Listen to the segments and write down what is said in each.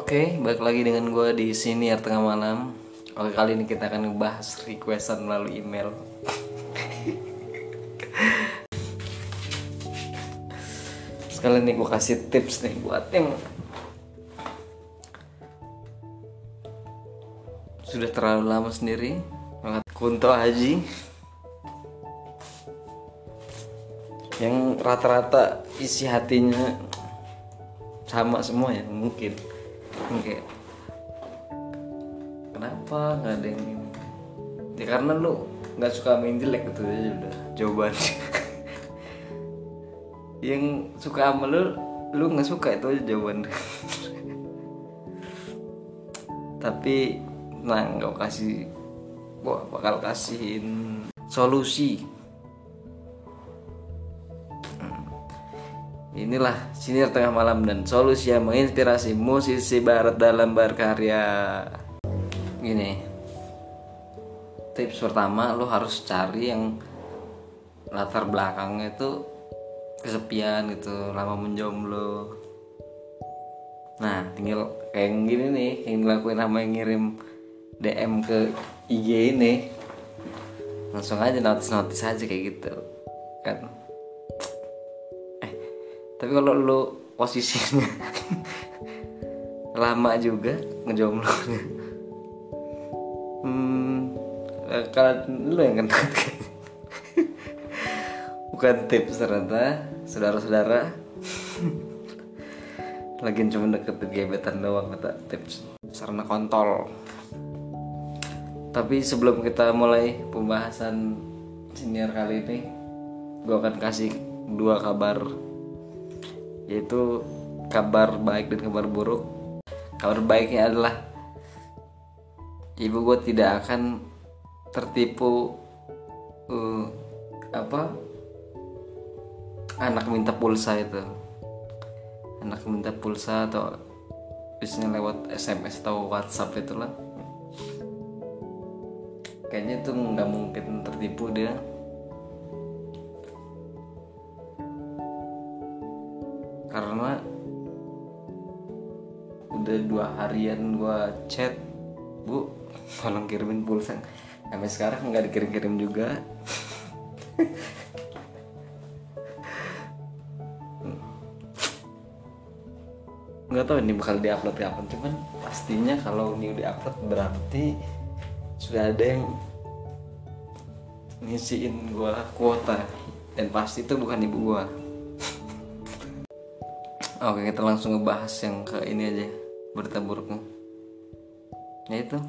Oke, balik lagi dengan gue di sini tengah malam. Oke, kali ini kita akan ngebahas requestan melalui email. Sekali nih gue kasih tips nih buat yang sudah terlalu lama sendiri. Kunto Aji yang rata-rata isi hatinya sama semua ya, mungkin kayak kenapa nggak ada yang ini ya, karena lu nggak suka main jelek gitu aja udah jawabannya. Yang suka sama lu nggak suka itu aja jawabannya. Tapi nggak bakal kasihin solusi. Inilah Siniar Tengah Malam dan solusi yang menginspirasi musisi barat dalam berkarya. Gini, tips pertama, lo harus cari yang latar belakangnya itu kesepian gitu, lama menjomblo. Nah, tinggal kayak gini nih, yang ngelakuin sama yang ngirim DM ke IG ini, langsung aja notice aja kayak gitu kan. Tapi kalau lo posisinya lama juga ngejomblonya, kalau lo yang kena bukan tips ternyata, saudara-saudara. Lagian cuma deketin gebetan doang kata tips, sarana kontol. Tapi sebelum kita mulai pembahasan siniar kali ini, gue akan kasih 2 kabar, yaitu kabar baik dan kabar buruk. Kabar baiknya adalah ibu gue tidak akan tertipu anak minta pulsa itu. Anak minta pulsa atau biasanya lewat SMS atau WhatsApp itulah. Kayaknya itu nggak mungkin tertipu dia. Karena udah 2 harian gue chat, Bu tolong kirimin pulsa, sampai sekarang nggak dikirim juga. Nggak tahu ini bakal diupload kapan, cuman pastinya kalau ini diupload berarti sudah ada yang ngisiin gue kuota, dan pasti itu bukan ibu gue. Oke, kita langsung ngebahas yang ke ini aja, berita buruknya. Ya itu,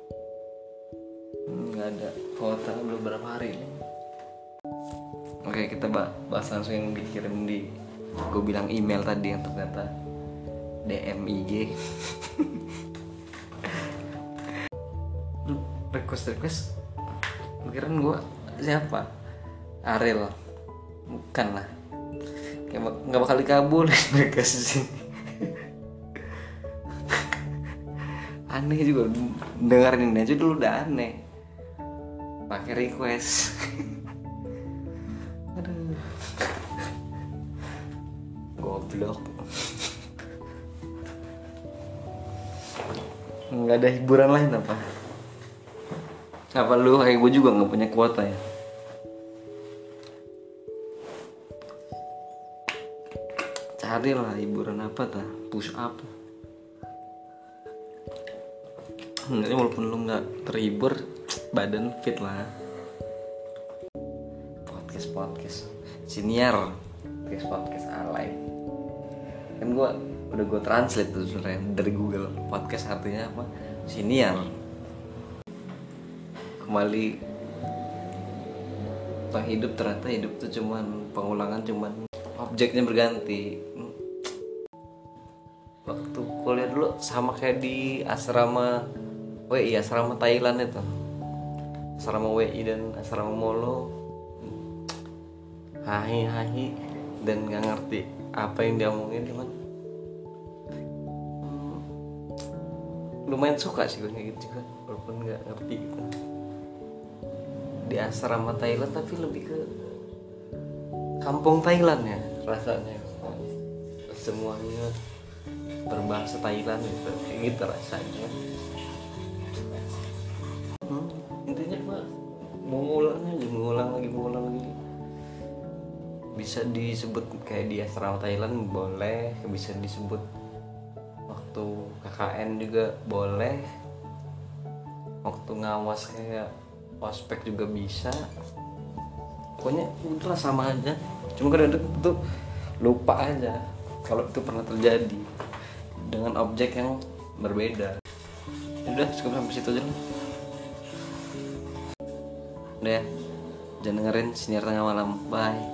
nggak ada kuota belum berapa hari ini. Oke, kita bahas langsung yang dikirim di, gue bilang email tadi, yang ternyata DM IG. request pikiran gue siapa? Ariel? Bukan lah, nggak bakal dikabulin mereka sih. Aneh juga, dengerin aja dulu udah aneh pakai request. Aduh, goblok. Nggak ada hiburan lain apa lu kayak gue juga nggak punya kuota ya? Carilah hiburan apa push up. Enggak, walaupun lu nggak terhibur, badan fit lah. Podcast siniar, podcast alay. Kan gue udah translate tuh sebenarnya dari Google. Podcast artinya apa? Siniar. Kembali hidup, ternyata hidup tuh cuman pengulangan, cuman objeknya berganti. Waktu kuliah dulu sama kayak di asrama Thailand itu, asrama WI dan asrama Molo, hahi dan nggak ngerti apa yang dia omongin, cuman lumayan suka sih gue kayak gitu juga, walaupun nggak ngerti gitu. Di asrama Thailand tapi lebih ke kampung Thailand ya rasanya, semuanya berbahasa Thailand gitu, kayak gitu rasanya. Intinya mah mengulang aja, mengulang lagi. Bisa disebut kayak di asrama Thailand boleh, bisa disebut waktu KKN juga boleh, waktu ngawas kayak ospek juga bisa. Pokoknya udahlah sama aja, cuma kadang-kadang tuh lupa aja kalau itu pernah terjadi dengan objek yang berbeda. Udah cukup sampai situ aja lah. Udah ya, jangan dengerin Siniar Tengah Malam, bye.